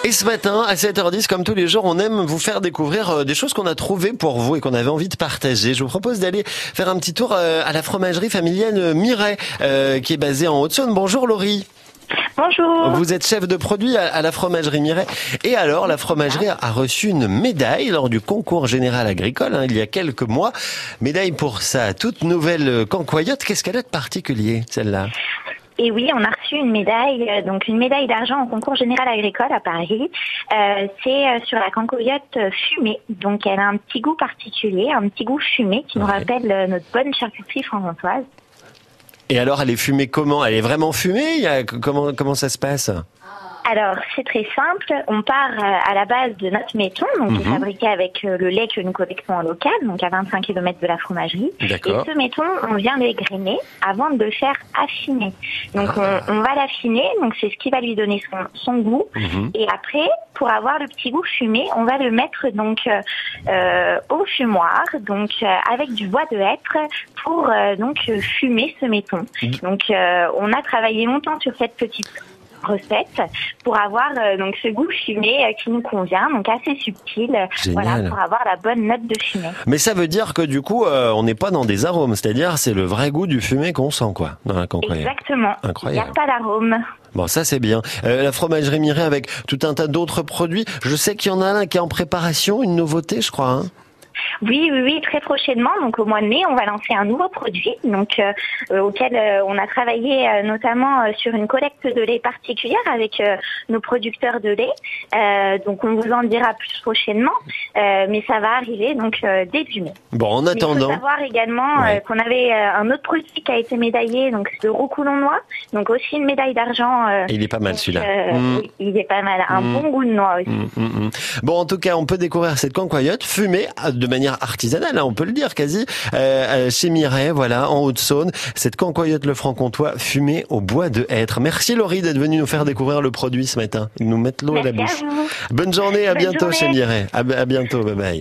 Et ce matin, à 7h10, comme tous les jours, on aime vous faire découvrir des choses qu'on a trouvées pour vous et qu'on avait envie de partager. Je vous propose d'aller faire un petit tour à la fromagerie familiale Miret, qui est basée en Haute-Saône. Bonjour Laurie. Bonjour. Vous êtes chef de produit à la fromagerie Miret. Et alors, la fromagerie a reçu une médaille lors du concours général agricole, il y a quelques mois. Médaille pour sa toute nouvelle cancoyote. Qu'est-ce qu'elle a de particulier, celle-là ? Et oui, on a reçu une médaille, donc une médaille d'argent au concours général agricole à Paris. C'est sur la cancoyote fumée. Donc elle a un petit goût particulier, un petit goût fumé qui nous rappelle notre bonne charcuterie franc-comtoise. Et alors, elle est fumée comment ? Elle est vraiment fumée ? Comment ça se passe ? Alors, c'est très simple. On part à la base de notre méton, donc qui est fabriqué avec le lait que nous collectons en local, donc à 25 km de la fromagerie. D'accord. Et ce méton, on vient l'égrainer avant de le faire affiner. Donc, on va l'affiner, donc c'est ce qui va lui donner son goût. Et après, pour avoir le petit goût fumé, on va le mettre donc au fumoir, donc avec du bois de hêtre pour donc fumer ce méton. Donc, on a travaillé longtemps sur cette petite recette pour avoir donc ce goût fumé qui nous convient, donc assez subtil, voilà, pour avoir la bonne note de fumée. Mais ça veut dire que du coup on n'est pas dans des arômes, c'est-à-dire c'est le vrai goût du fumé qu'on sent quoi dans la cancoyote. Exactement. Incroyable. Il n'y a pas d'arôme. Bon, ça c'est bien. La fromagerie Miret avec tout un tas d'autres produits. Je sais qu'il y en a un qui est en préparation, une nouveauté, je crois. Oui, très prochainement. Donc au mois de mai, on va lancer un nouveau produit, donc auquel on a travaillé notamment sur une collecte de lait particulière avec nos producteurs de lait. Donc on vous en dira plus prochainement, mais ça va arriver donc début mai. Bon, en attendant, il faut savoir également qu'on avait un autre produit qui a été médaillé, donc le roucoulon noix, donc aussi une médaille d'argent. Il est pas mal celui-là. Oui, il est pas mal, un bon goût de noix aussi. Bon, en tout cas, on peut découvrir cette cancoyote fumée de manière artisanale, on peut le dire quasi, chez Miret, voilà, en Haute-Saône, cette cancoyote le franc-comtois fumée au bois de hêtre. Merci Laurie d'être venue nous faire découvrir le produit ce matin. Ils nous mettent l'eau à la bouche. À vous. Bonne journée, à Bonne bientôt journée. chez Miret. À bientôt, bye bye.